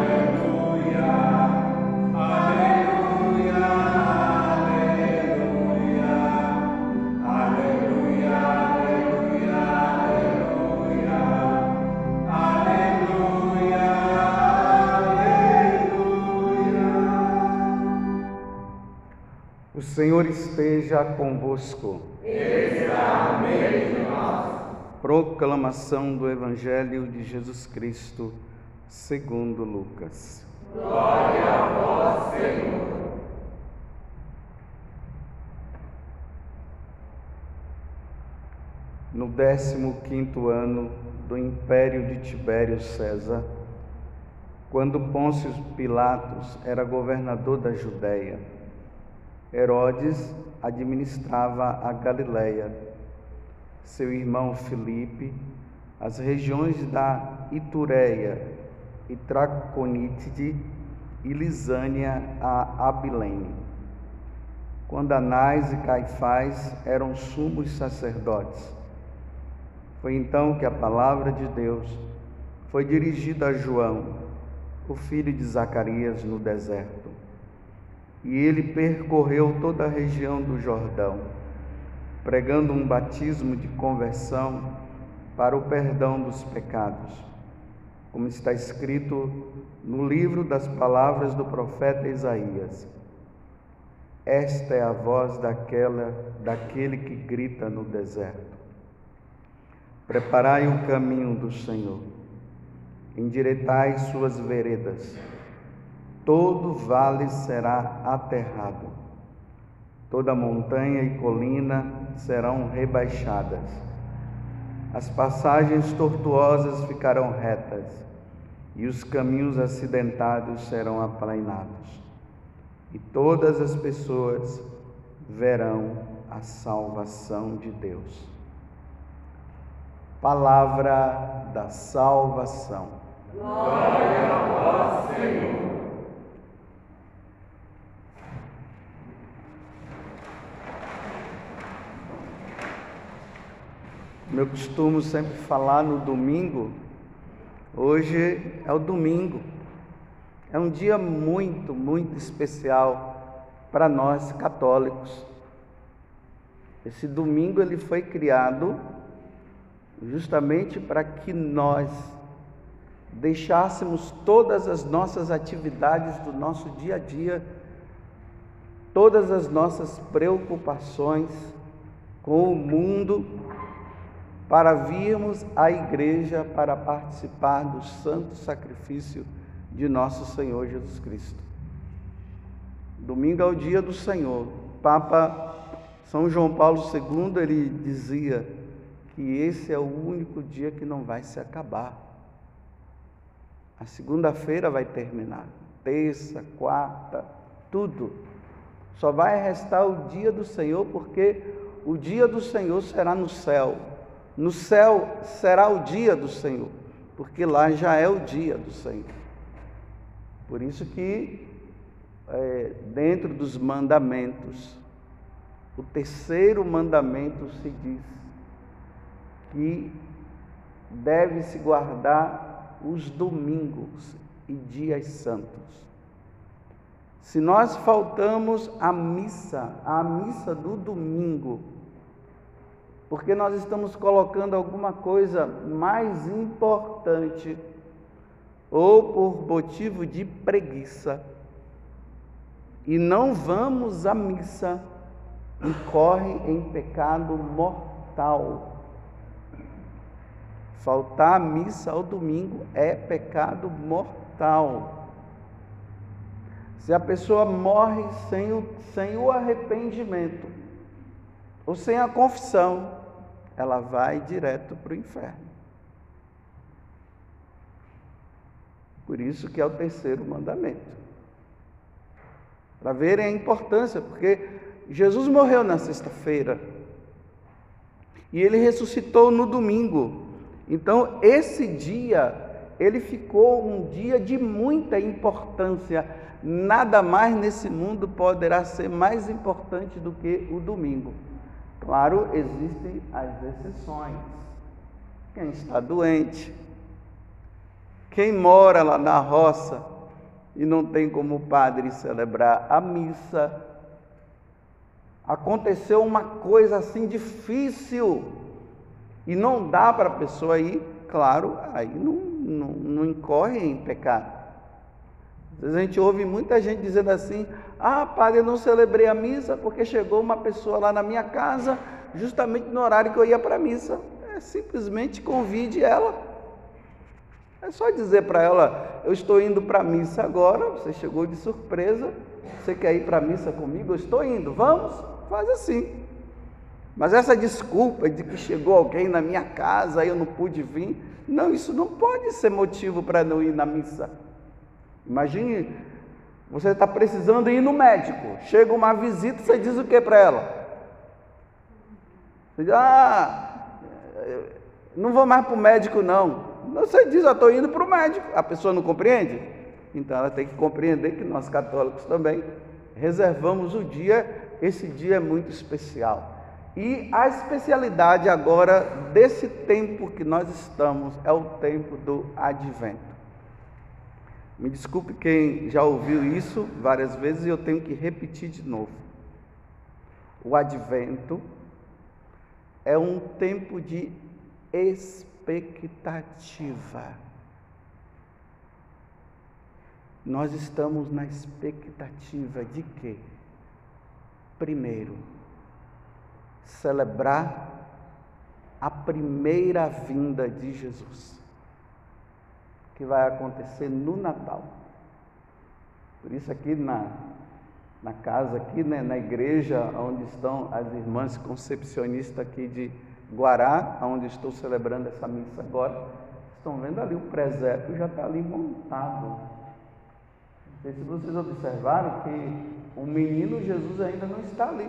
O Senhor esteja convosco. Está no meio de nós. Proclamação do Evangelho de Jesus Cristo, segundo Lucas. Glória a vós, Senhor. No 15º ano do império de Tibério César, quando Pôncio Pilatos era governador da Judéia, Herodes administrava a Galiléia, seu irmão Filipe, as regiões da Itureia e Traconítide e Lisânia a Abilene, quando Anás e Caifás eram sumos sacerdotes. Foi então que a palavra de Deus foi dirigida a João, o filho de Zacarias, no deserto. E ele percorreu toda a região do Jordão, pregando um batismo de conversão para o perdão dos pecados, como está escrito no livro das palavras do profeta Isaías. Esta é a voz daquele que grita no deserto: preparai o caminho do Senhor, endireitai suas veredas. Todo vale será aterrado, toda montanha e colina serão rebaixadas. As passagens tortuosas ficarão retas, e os caminhos acidentados serão aplainados. E todas as pessoas verão a salvação de Deus. Palavra da salvação. Glória a vós, Senhor. Eu costumo sempre falar no domingo. Hoje é o domingo. É um dia muito, muito especial para nós católicos. Esse domingo ele foi criado justamente para que nós deixássemos todas as nossas atividades do nosso dia a dia, todas as nossas preocupações com o mundo, para virmos à igreja para participar do santo sacrifício de nosso Senhor Jesus Cristo. Domingo é o dia do Senhor. Papa São João Paulo II, ele dizia que esse é o único dia que não vai se acabar. A segunda-feira vai terminar, terça, quarta, tudo. Só vai restar o dia do Senhor, porque o dia do Senhor será no céu. No céu será o dia do Senhor, porque lá já é o dia do Senhor. Por isso que, dentro dos mandamentos, o terceiro mandamento se diz que deve-se guardar os domingos e dias santos. Se nós faltamos à missa do domingo, porque nós estamos colocando alguma coisa mais importante, ou por motivo de preguiça, e não vamos à missa, incorre em pecado mortal. Faltar à missa ao domingo é pecado mortal. Se a pessoa morre sem o arrependimento, ou sem a confissão, ela vai direto para o inferno. Por isso que é o terceiro mandamento. Para verem a importância, porque Jesus morreu na sexta-feira e ele ressuscitou no domingo. Então, esse dia, ele ficou um dia de muita importância. Nada mais nesse mundo poderá ser mais importante do que o domingo. Claro, existem as exceções. Quem está doente, quem mora lá na roça, e não tem como o padre celebrar a missa. Aconteceu uma coisa assim difícil e não dá para a pessoa ir, claro, aí não incorre em pecado. Às vezes a gente ouve muita gente dizendo assim: ah, padre, eu não celebrei a missa porque chegou uma pessoa lá na minha casa justamente no horário que eu ia para a missa. Simplesmente convide ela. É só dizer para ela: eu estou indo para a missa agora, você chegou de surpresa, você quer ir para a missa comigo? Eu estou indo, vamos? Faz assim. Mas essa desculpa de que chegou alguém na minha casa e eu não pude vir, não, isso não pode ser motivo para não ir na missa. Imagine, você está precisando ir no médico, chega uma visita, você diz o que para ela? Você diz: ah, não vou mais para o médico não. Você diz: eu estou indo para o médico. A pessoa não compreende? Então ela tem que compreender que nós católicos também reservamos o dia. Esse dia é muito especial. E a especialidade agora desse tempo que nós estamos é o tempo do Advento. Me desculpe quem já ouviu isso várias vezes e eu tenho que repetir de novo. O Advento é um tempo de expectativa. Nós estamos na expectativa de quê? Primeiro, celebrar a primeira vinda de Jesus, que vai acontecer no Natal. Por isso aqui na casa, aqui, né, na igreja onde estão as irmãs concepcionistas aqui de Guará, onde estou celebrando essa missa agora, estão vendo ali o presépio já está ali montado. Não sei se vocês observaram que o menino Jesus ainda não está ali.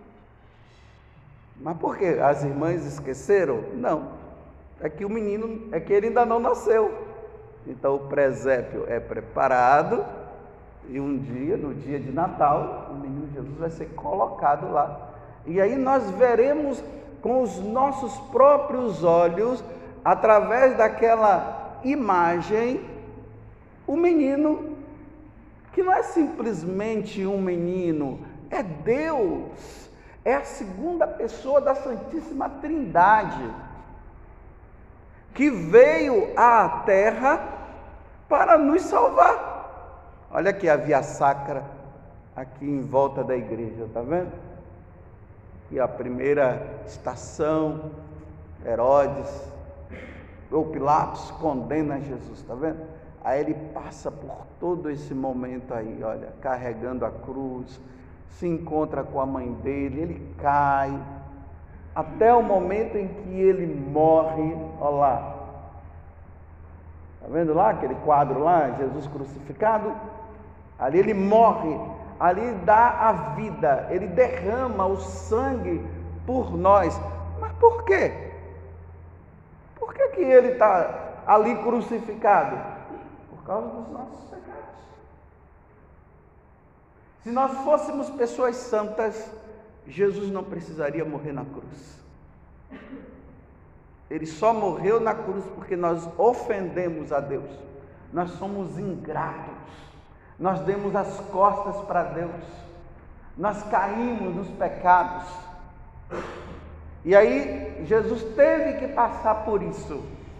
Mas por quê? As irmãs esqueceram? Não. É que o menino, é que ele ainda não nasceu. Então o presépio é preparado e um dia, no dia de Natal, o menino Jesus vai ser colocado lá. E aí nós veremos com os nossos próprios olhos, através daquela imagem, o menino, que não é simplesmente um menino, é Deus, é a segunda pessoa da Santíssima Trindade, que veio à terra para nos salvar. Olha aqui a Via Sacra, aqui em volta da igreja, está vendo? E a primeira estação, Herodes, ou Pilatos, condena Jesus, está vendo? Aí ele passa por todo esse momento aí, olha, carregando a cruz, se encontra com a mãe dele, ele cai, até o momento em que ele morre. Olha lá, está vendo lá aquele quadro lá, Jesus crucificado? Ali ele morre, ali dá a vida, ele derrama o sangue por nós. Mas por quê? Por que ele está ali crucificado? Por causa dos nossos pecados. Se nós fôssemos pessoas santas, Jesus não precisaria morrer na cruz. Ele só morreu na cruz porque nós ofendemos a Deus. Nós somos ingratos. Nós demos as costas para Deus. Nós caímos nos pecados. E aí Jesus teve que passar por isso.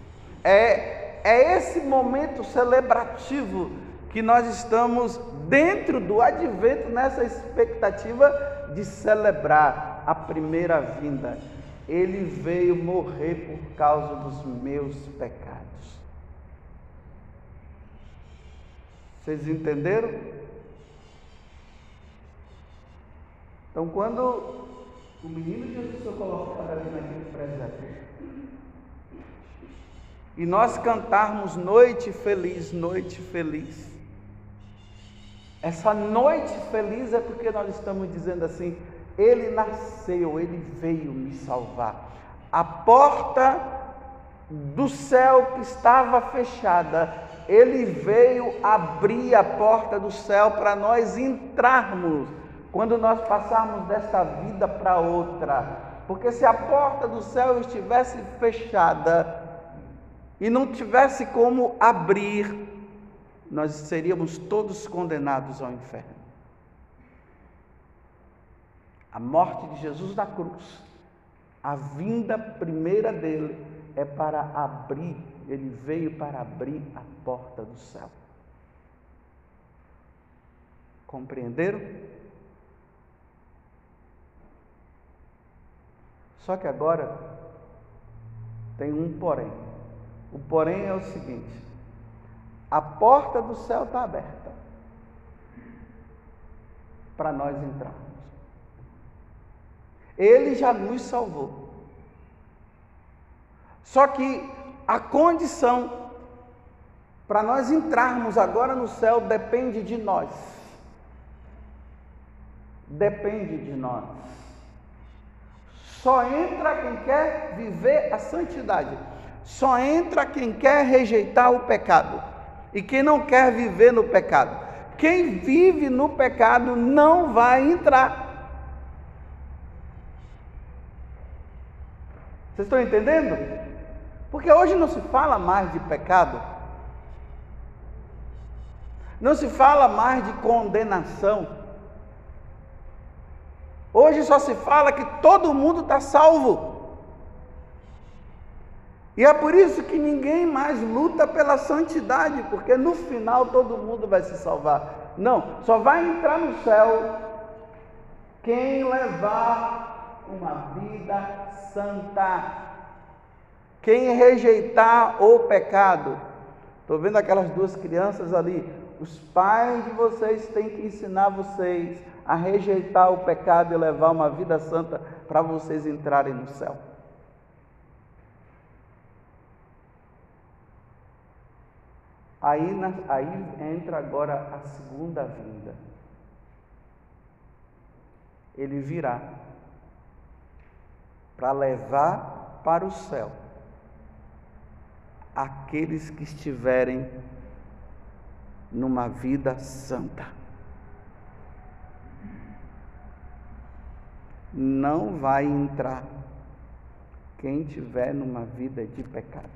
É esse momento celebrativo que nós estamos dentro do Advento, nessa expectativa de celebrar a primeira vinda. Ele veio morrer por causa dos meus pecados. Vocês entenderam? Então, quando o menino Jesus foi colocado ali naquele presépio, e nós cantarmos noite feliz, essa noite feliz é porque nós estamos dizendo assim: ele nasceu, ele veio me salvar. A porta do céu que estava fechada, ele veio abrir a porta do céu para nós entrarmos, quando nós passarmos desta vida para outra. Porque se a porta do céu estivesse fechada e não tivesse como abrir, nós seríamos todos condenados ao inferno. A morte de Jesus na cruz, a vinda primeira dele é para abrir, ele veio para abrir a porta do céu. Compreenderam? Só que agora tem um porém. O porém é o seguinte: a porta do céu está aberta para nós entrarmos. Ele já nos salvou. Só que a condição para nós entrarmos agora no céu depende de nós. Depende de nós. Só entra quem quer viver a santidade. Só entra quem quer rejeitar o pecado. E quem não quer viver no pecado. Quem vive no pecado não vai entrar. Vocês estão entendendo? Porque hoje não se fala mais de pecado. Não se fala mais de condenação. Hoje só se fala que todo mundo está salvo. E é por isso que ninguém mais luta pela santidade, porque no final todo mundo vai se salvar. Não, só vai entrar no céu quem levar uma vida santa. Quem rejeitar o pecado. Estou vendo aquelas duas crianças ali. Os pais de vocês têm que ensinar vocês a rejeitar o pecado e levar uma vida santa para vocês entrarem no céu. Aí entra agora a segunda vinda. Ele virá para levar para o céu aqueles que estiverem numa vida santa. Não vai entrar quem tiver numa vida de pecado.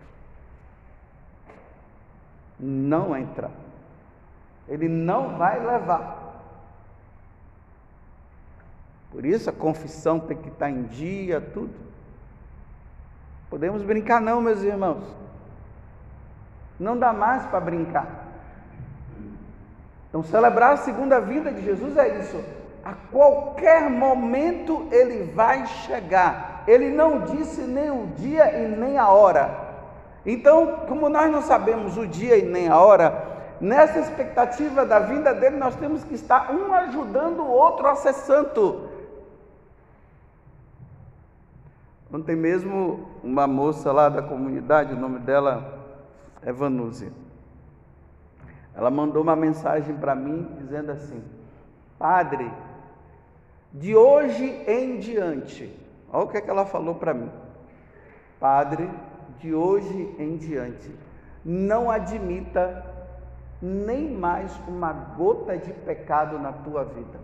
Não entra. Ele não vai levar. Por isso a confissão tem que estar em dia, tudo. Podemos brincar não, meus irmãos. Não dá mais para brincar. Então celebrar a segunda vinda de Jesus é isso. A qualquer momento ele vai chegar. Ele não disse nem o dia e nem a hora. Então, como nós não sabemos o dia e nem a hora, nessa expectativa da vinda dele, nós temos que estar um ajudando o outro a ser santo. Ontem mesmo, uma moça lá da comunidade, o nome dela é Vanúzia. Ela mandou uma mensagem para mim dizendo assim: Padre, de hoje em diante, olha o que é que ela falou para mim. Padre, de hoje em diante, não admita nem mais uma gota de pecado na tua vida.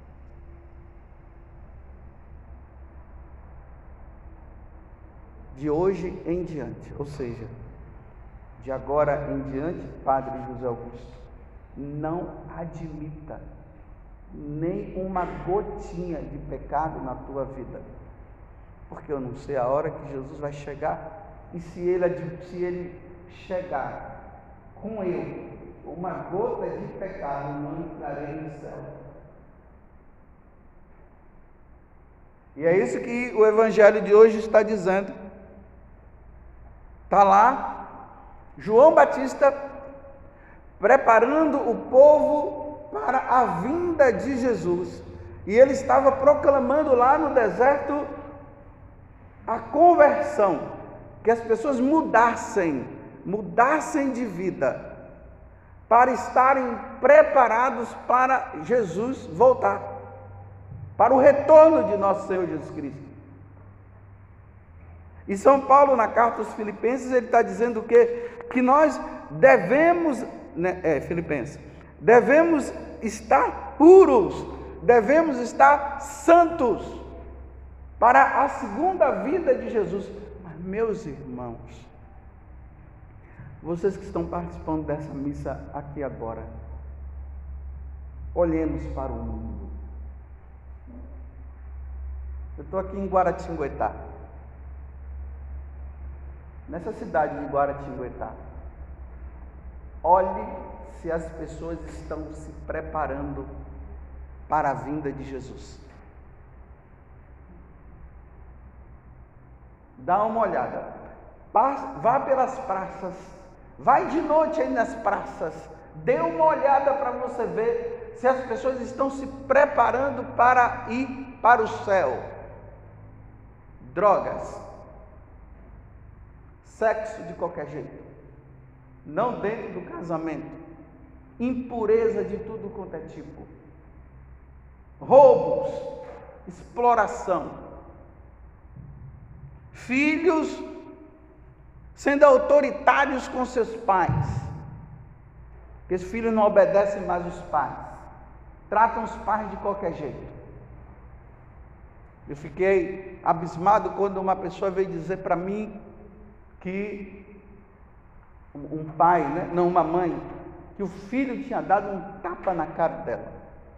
De hoje em diante, ou seja, de agora em diante, Padre José Augusto, não admita nem uma gotinha de pecado na tua vida, porque eu não sei a hora que Jesus vai chegar, e se ele chegar com eu, uma gota de pecado, não entrarei no céu. E é isso que o Evangelho de hoje está dizendo. Está lá, João Batista preparando o povo para a vinda de Jesus. E ele estava proclamando lá no deserto a conversão, que as pessoas mudassem de vida, para estarem preparados para Jesus voltar, para o retorno de nosso Senhor Jesus Cristo. E São Paulo, na carta aos Filipenses, ele está dizendo que nós devemos, Filipenses, devemos estar puros, devemos estar santos para a segunda vinda de Jesus. Mas, meus irmãos, vocês que estão participando dessa missa aqui agora, olhemos para o mundo. Eu estou aqui em Guaratinguetá, nessa cidade de Guaratinguetá. Olhe se as pessoas estão se preparando para a vinda de Jesus. Dá uma olhada, vá pelas praças, vai de noite aí nas praças, dê uma olhada para você ver se as pessoas estão se preparando para ir para o céu. Drogas, sexo de qualquer jeito, não dentro do casamento, impureza de tudo quanto é tipo, roubos, exploração, filhos sendo autoritários com seus pais, porque os filhos não obedecem mais os pais, tratam os pais de qualquer jeito. Eu fiquei abismado quando uma pessoa veio dizer para mim que um pai, não uma mãe, que o filho tinha dado um tapa na cara dela.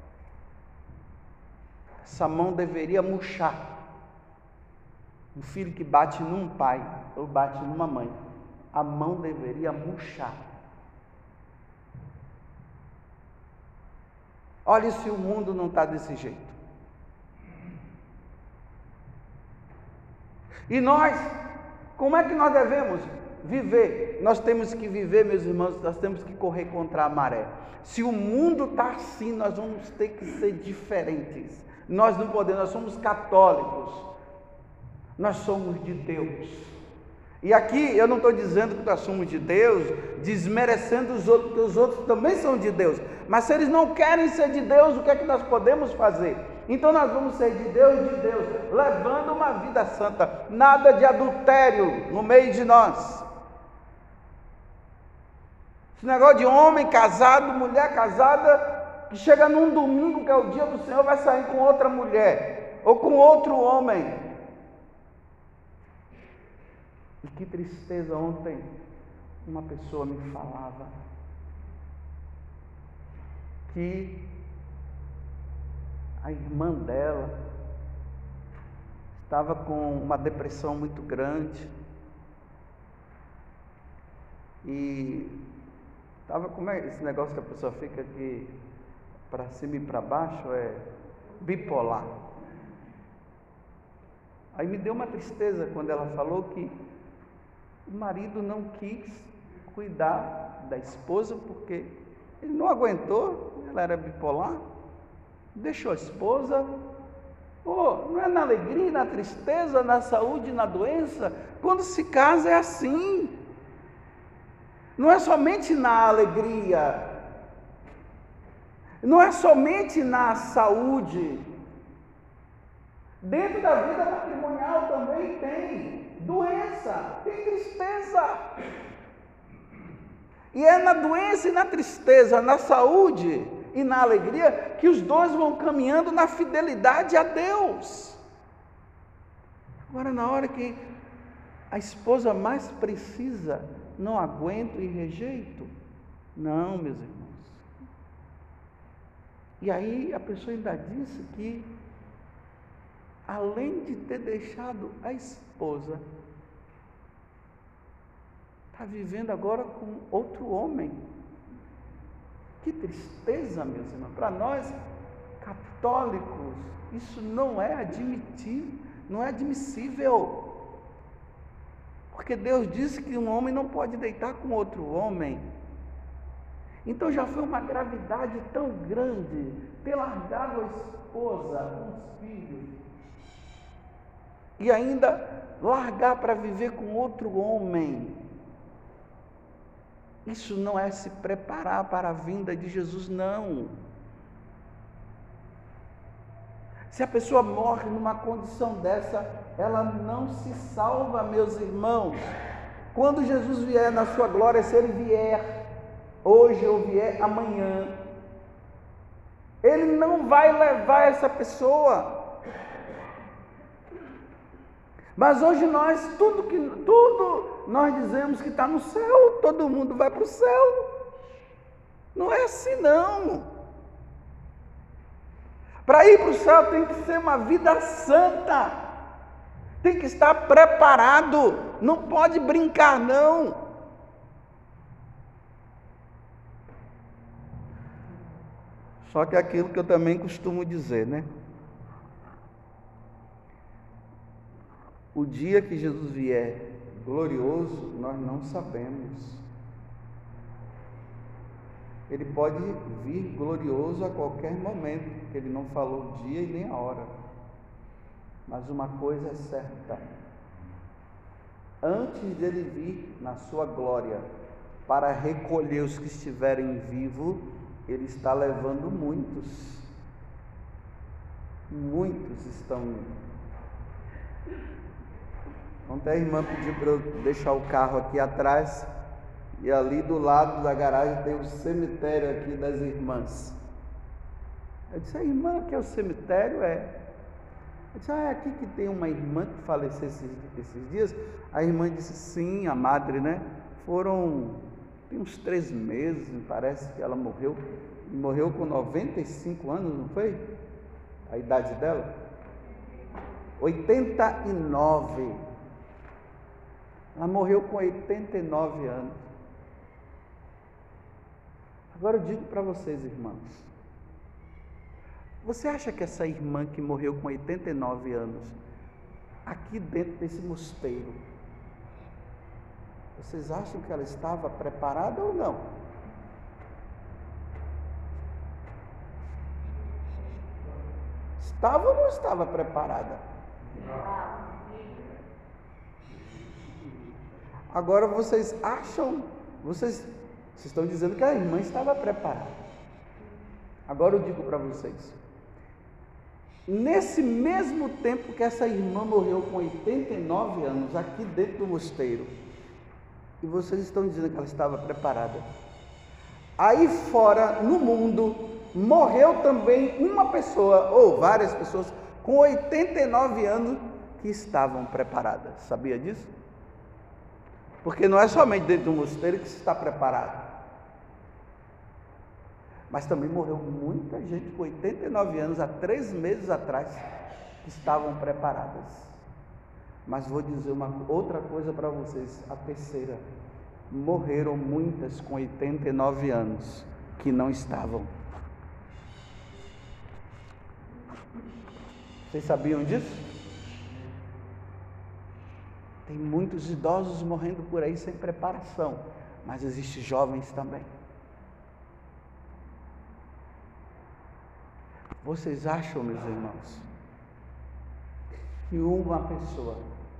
Essa mão deveria murchar. Um filho que bate num pai ou bate numa mãe, a mão deveria murchar. Olha se o mundo não está desse jeito. E nós, como é que nós devemos viver? Nós temos que viver, meus irmãos, nós temos que correr contra a maré. Se o mundo está assim, nós vamos ter que ser diferentes. Nós não podemos, nós somos católicos, nós somos de Deus. E aqui eu não estou dizendo que nós somos de Deus, desmerecendo os outros, porque os outros também são de Deus. Mas se eles não querem ser de Deus, o que é que nós podemos fazer? Então nós vamos ser de Deus, levando uma vida santa, nada de adultério no meio de nós. Esse negócio de homem casado, mulher casada, que chega num domingo, que é o dia do Senhor, vai sair com outra mulher, ou com outro homem. E que tristeza, ontem uma pessoa me falava que a irmã dela estava com uma depressão muito grande e estava, como é esse negócio que a pessoa fica aqui para cima e para baixo, é bipolar. Aí me deu uma tristeza quando ela falou que o marido não quis cuidar da esposa porque ele não aguentou, ela era bipolar, deixou a esposa. Não é na alegria, na tristeza, na saúde, na doença? Quando se casa é assim. Não é somente na alegria, não é somente na saúde. Dentro da vida matrimonial também tem doença, tem tristeza. E é na doença e na tristeza, na saúde e na alegria, que os dois vão caminhando na fidelidade a Deus. Agora, na hora que a esposa mais precisa, não aguento e rejeito. Não, meus irmãos. E aí a pessoa ainda disse que, além de ter deixado a esposa, está vivendo agora com outro homem. Que tristeza, meus irmãos. Para nós, católicos, isso não é admissível. Porque Deus disse que um homem não pode deitar com outro homem. Então já foi uma gravidade tão grande ter largado a esposa com os filhos e ainda largar para viver com outro homem. Isso não é se preparar para a vinda de Jesus, não. Se a pessoa morre numa condição dessa, ela não se salva, meus irmãos. Quando Jesus vier na sua glória, se Ele vier hoje ou vier amanhã, Ele não vai levar essa pessoa. Mas hoje tudo nós dizemos que está no céu, todo mundo vai para o céu. Não é assim não. Para ir para o céu tem que ser uma vida santa. Tem que estar preparado, não pode brincar não. Só que é aquilo que eu também costumo dizer, né? O dia que Jesus vier glorioso, nós não sabemos. Ele pode vir glorioso a qualquer momento, porque ele não falou o dia e nem a hora. Mas uma coisa é certa: antes dele vir na sua glória para recolher os que estiverem vivos, ele está levando muitos. Muitos estão indo. Ontem a irmã pediu para eu deixar o carro aqui atrás, e ali do lado da garagem tem o cemitério aqui das irmãs. Eu disse: a irmã, aqui é o cemitério? Eu disse: é aqui que tem uma irmã que faleceu esses dias. A irmã disse: sim, a madre, né? Tem uns 3 meses, me parece, que ela morreu. E morreu com 95 anos, não foi? A idade dela? 89. Ela morreu com 89 anos. Agora eu digo para vocês, irmãos, você acha que essa irmã que morreu com 89 anos, aqui dentro desse mosteiro, vocês acham que ela estava preparada ou não? Estava ou não estava preparada? Agora vocês acham, vocês estão dizendo que a irmã estava preparada. Agora eu digo para vocês, nesse mesmo tempo que essa irmã morreu com 89 anos, aqui dentro do mosteiro, e vocês estão dizendo que ela estava preparada, aí fora, no mundo, morreu também uma pessoa, ou várias pessoas, com 89 anos, que estavam preparadas. Sabia disso? Porque não é somente dentro do mosteiro que se está preparado, mas também morreu muita gente com 89 anos, há 3 meses atrás, que estavam preparadas. Mas vou dizer uma outra coisa para vocês, a terceira: morreram muitas com 89 anos, que não estavam. Vocês sabiam disso? Tem muitos idosos morrendo por aí sem preparação, mas existem jovens também. Vocês acham, meus irmãos, que uma pessoa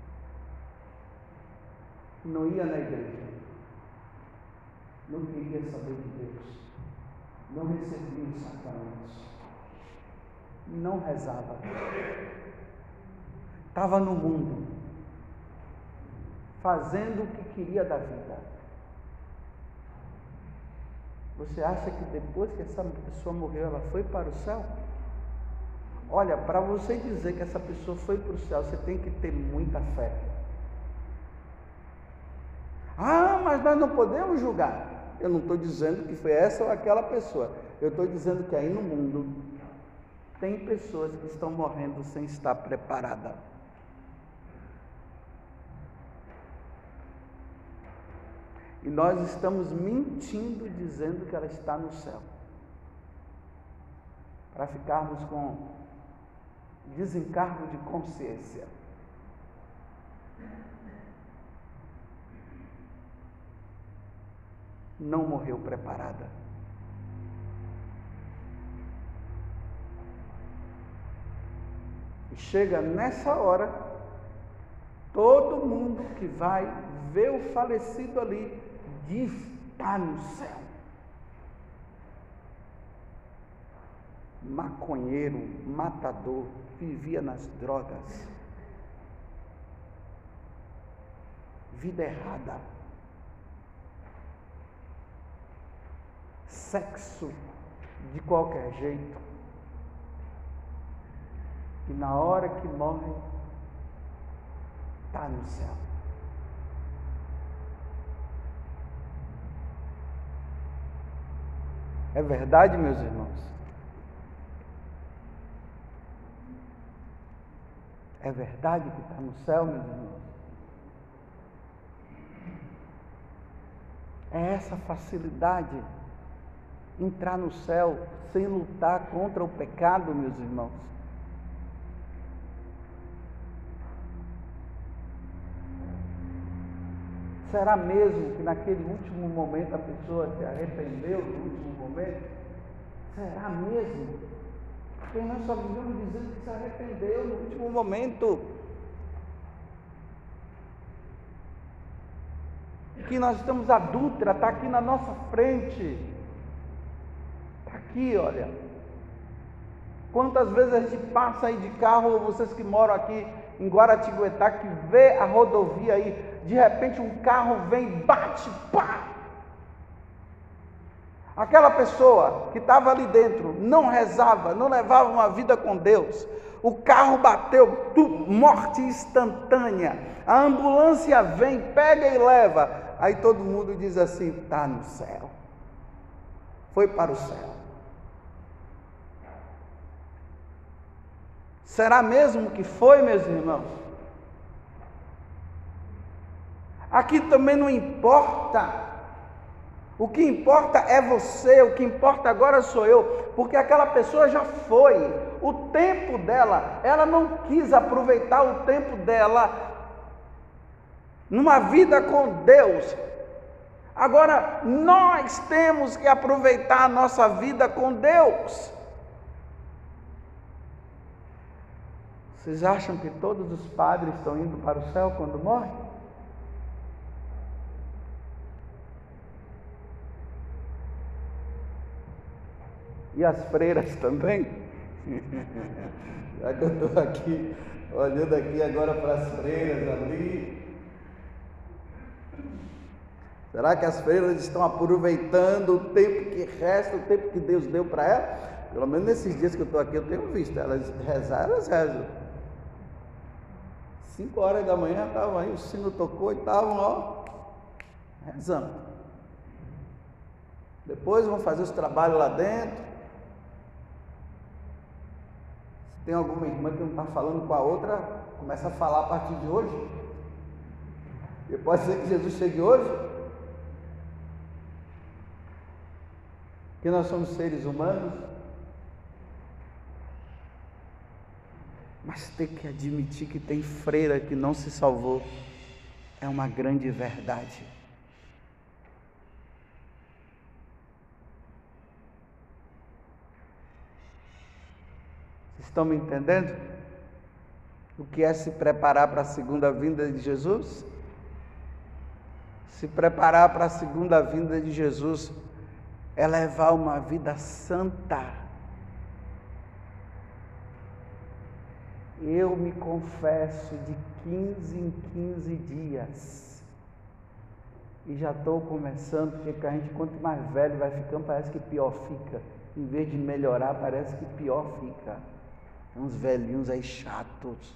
que não ia na igreja, não queria saber de Deus, não recebia os sacramentos, não rezava, estava no mundo, fazendo o que queria da vida, você acha que depois que essa pessoa morreu, ela foi para o céu? Olha, para você dizer que essa pessoa foi para o céu, você tem que ter muita fé. Ah, mas nós não podemos julgar. Eu não estou dizendo que foi essa ou aquela pessoa. Eu estou dizendo que aí no mundo tem pessoas que estão morrendo sem estar preparadas. E nós estamos mentindo dizendo que ela está no céu, para ficarmos com desencargo de consciência. Não morreu preparada. E chega nessa hora, todo mundo que vai ver o falecido ali diz: está no céu. Maconheiro, matador, vivia nas drogas, vida errada, sexo de qualquer jeito, e na hora que morre, está no céu. É verdade, meus irmãos? É verdade que está no céu, meus irmãos? É essa facilidade, entrar no céu sem lutar contra o pecado, meus irmãos. Será mesmo que naquele último momento a pessoa se arrependeu no último momento? Será mesmo? Porque nós só vivemos dizendo que se arrependeu no último momento. Que nós estamos adúltera, está aqui na nossa frente. Está aqui, olha. Quantas vezes a gente passa aí de carro, ou vocês que moram aqui em Guaratinguetá, que vê a rodovia aí, de repente um carro vem, bate, pá! Aquela pessoa que estava ali dentro, não rezava, não levava uma vida com Deus, o carro bateu, morte instantânea, a ambulância vem, pega e leva, aí todo mundo diz assim, está no céu, foi para o céu. Será mesmo que foi, meus irmãos? Aqui também não importa. O que importa é você, o que importa agora sou eu, porque aquela pessoa já foi, o tempo dela, ela não quis aproveitar o tempo dela numa vida com Deus. Agora nós temos que aproveitar a nossa vida com Deus. Vocês acham que todos os padres estão indo para o céu quando morrem? E as freiras também? Já que eu estou aqui, olhando aqui agora para as freiras ali. Será que as freiras estão aproveitando o tempo que resta, o tempo que Deus deu para elas? Pelo menos nesses dias que eu estou aqui, eu tenho visto elas rezar, elas rezam. 5 horas da manhã estavam aí, o sino tocou e estavam, ó, rezando. Depois vão fazer os trabalhos lá dentro. Se tem alguma irmã que não está falando com a outra, começa a falar a partir de hoje. E pode ser que Jesus chegue hoje. Que nós somos seres humanos. Mas ter que admitir que tem freira que não se salvou é uma grande verdade. Vocês estão me entendendo? O que é se preparar para a segunda vinda de Jesus? Se preparar para a segunda vinda de Jesus é levar uma vida santa. Eu me confesso de 15 em 15 dias. E já estou começando, porque a gente quanto mais velho vai ficando, parece que pior fica. Em vez de melhorar, parece que pior fica. Uns velhinhos aí chatos.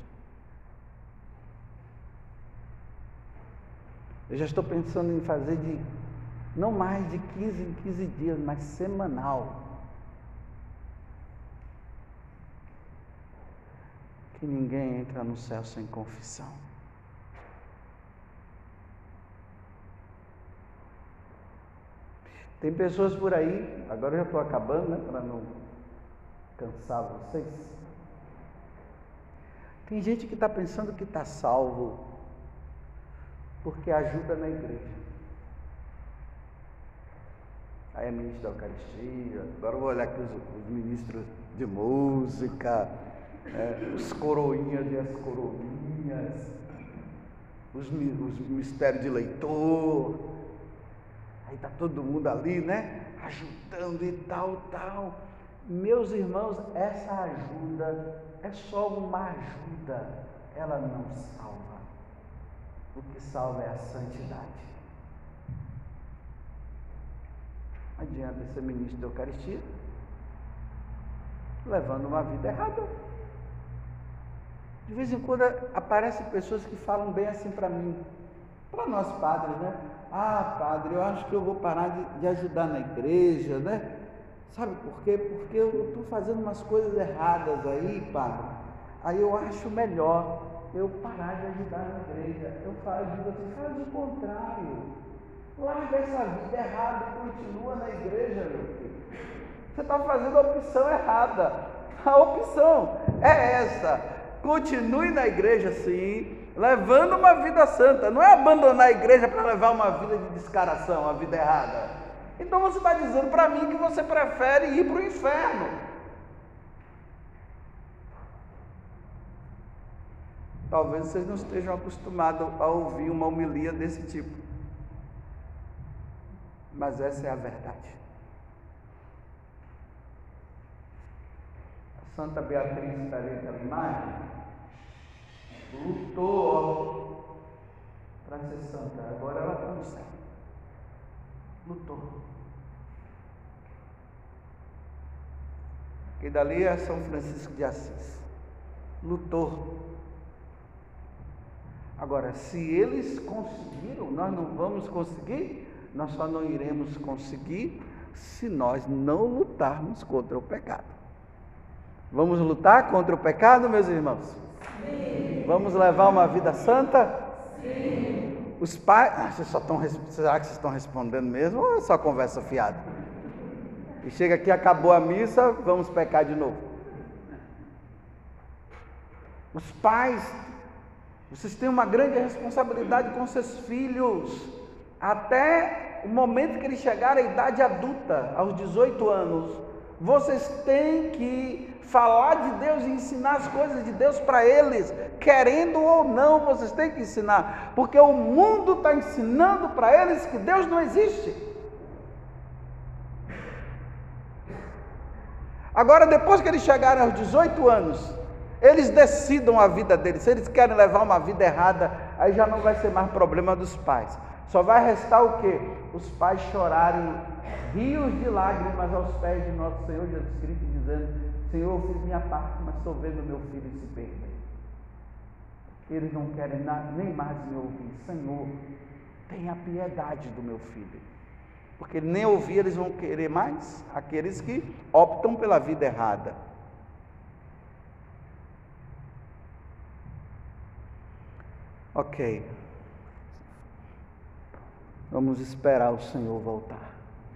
Eu já estou pensando em fazer de não mais de 15 em 15 dias, mas semanal. Que ninguém entra no céu sem confissão. Tem pessoas por aí, agora eu já estou acabando, né, para não cansar vocês. Tem gente que está pensando que está salvo porque ajuda na igreja. Aí é ministro da Eucaristia, agora eu vou olhar aqui os ministros de música, os coroinhas e as coroinhas, os mistérios de leitor, aí está todo mundo ali, né, ajudando e tal. Meus irmãos, essa ajuda é só uma ajuda, ela não salva. O que salva é a santidade. Não adianta ser ministro da Eucaristia levando uma vida errada. De vez em quando aparecem pessoas que falam bem assim para mim, para nós padres, né? Ah, padre, eu acho que eu vou parar de ajudar na igreja, né? Sabe por quê? Porque eu estou fazendo umas coisas erradas aí, padre. Aí eu acho melhor eu parar de ajudar na igreja. Eu digo assim, faz o contrário. Larga essa vida errada e continua na igreja, meu filho. Você está fazendo a opção errada. A opção é essa. Continue na igreja, sim, levando uma vida santa. Não é abandonar a igreja para levar uma vida de descaração, uma vida errada. Então você está dizendo para mim que você prefere ir para o inferno. Talvez vocês não estejam acostumados a ouvir uma homilia desse tipo. Mas essa é a verdade. A Santa Beatriz está ali naquela imagem, lutou para ser santa. Agora ela está no céu. Lutou. E dali é São Francisco de Assis. Lutou. Agora, se eles conseguiram, nós não vamos conseguir. Nós só não iremos conseguir se nós não lutarmos contra o pecado. Vamos lutar contra o pecado, meus irmãos? Sim. Vamos levar uma vida santa? Sim. Os pais... será que vocês estão respondendo mesmo ou é só conversa fiada? E chega aqui, acabou a missa, vamos pecar de novo. Os pais, vocês têm uma grande responsabilidade com seus filhos. Até o momento que eles chegarem à idade adulta, aos 18 anos, vocês têm que falar de Deus e ensinar as coisas de Deus para eles, querendo ou não, vocês têm que ensinar, porque o mundo está ensinando para eles que Deus não existe. Agora, depois que eles chegarem aos 18 anos, eles decidam a vida deles. Se eles querem levar uma vida errada, aí já não vai ser mais problema dos pais. Só vai restar o quê? Os pais chorarem rios de lágrimas aos pés de nosso Senhor Jesus Cristo, dizendo: Senhor, eu fiz minha parte, mas estou vendo meu filho se perder. Eles não querem nem mais me ouvir. Senhor, tenha piedade do meu filho. Porque nem ouvir eles vão querer mais, aqueles que optam pela vida errada. Ok. Vamos esperar o Senhor voltar.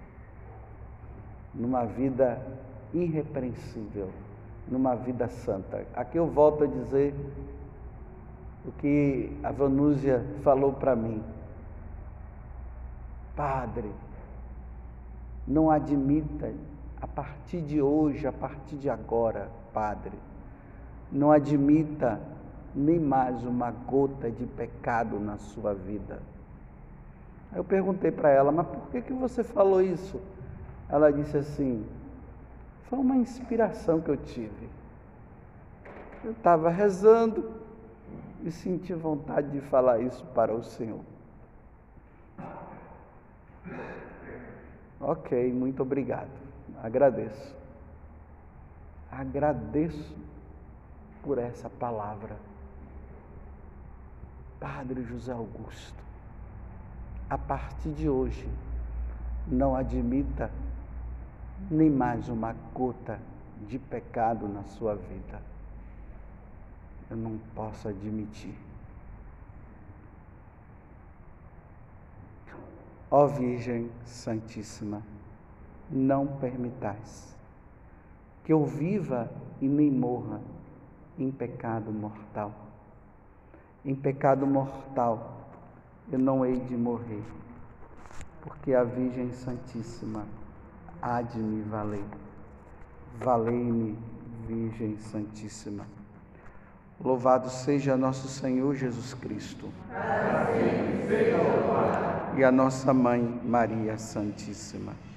Numa vida irrepreensível, numa vida santa. Aqui eu volto a dizer o que a Vanúzia falou para mim. Padre, não admita, a partir de hoje, a partir de agora, Padre, não admita nem mais uma gota de pecado na sua vida. Aí eu perguntei para ela, mas por que você falou isso? Ela disse assim, foi uma inspiração que eu tive. Eu estava rezando e senti vontade de falar isso para o Senhor. Ok, muito obrigado. Agradeço. Agradeço por essa palavra. Padre José Augusto, a partir de hoje, não admita nem mais uma gota de pecado na sua vida. Eu não posso admitir. Ó Virgem Santíssima, não permitais que eu viva e nem morra em pecado mortal. Em pecado mortal eu não hei de morrer, porque a Virgem Santíssima há de me valer. Valei-me, Virgem Santíssima. Louvado seja nosso Senhor Jesus Cristo. Assim seja, e a nossa Mãe Maria Santíssima.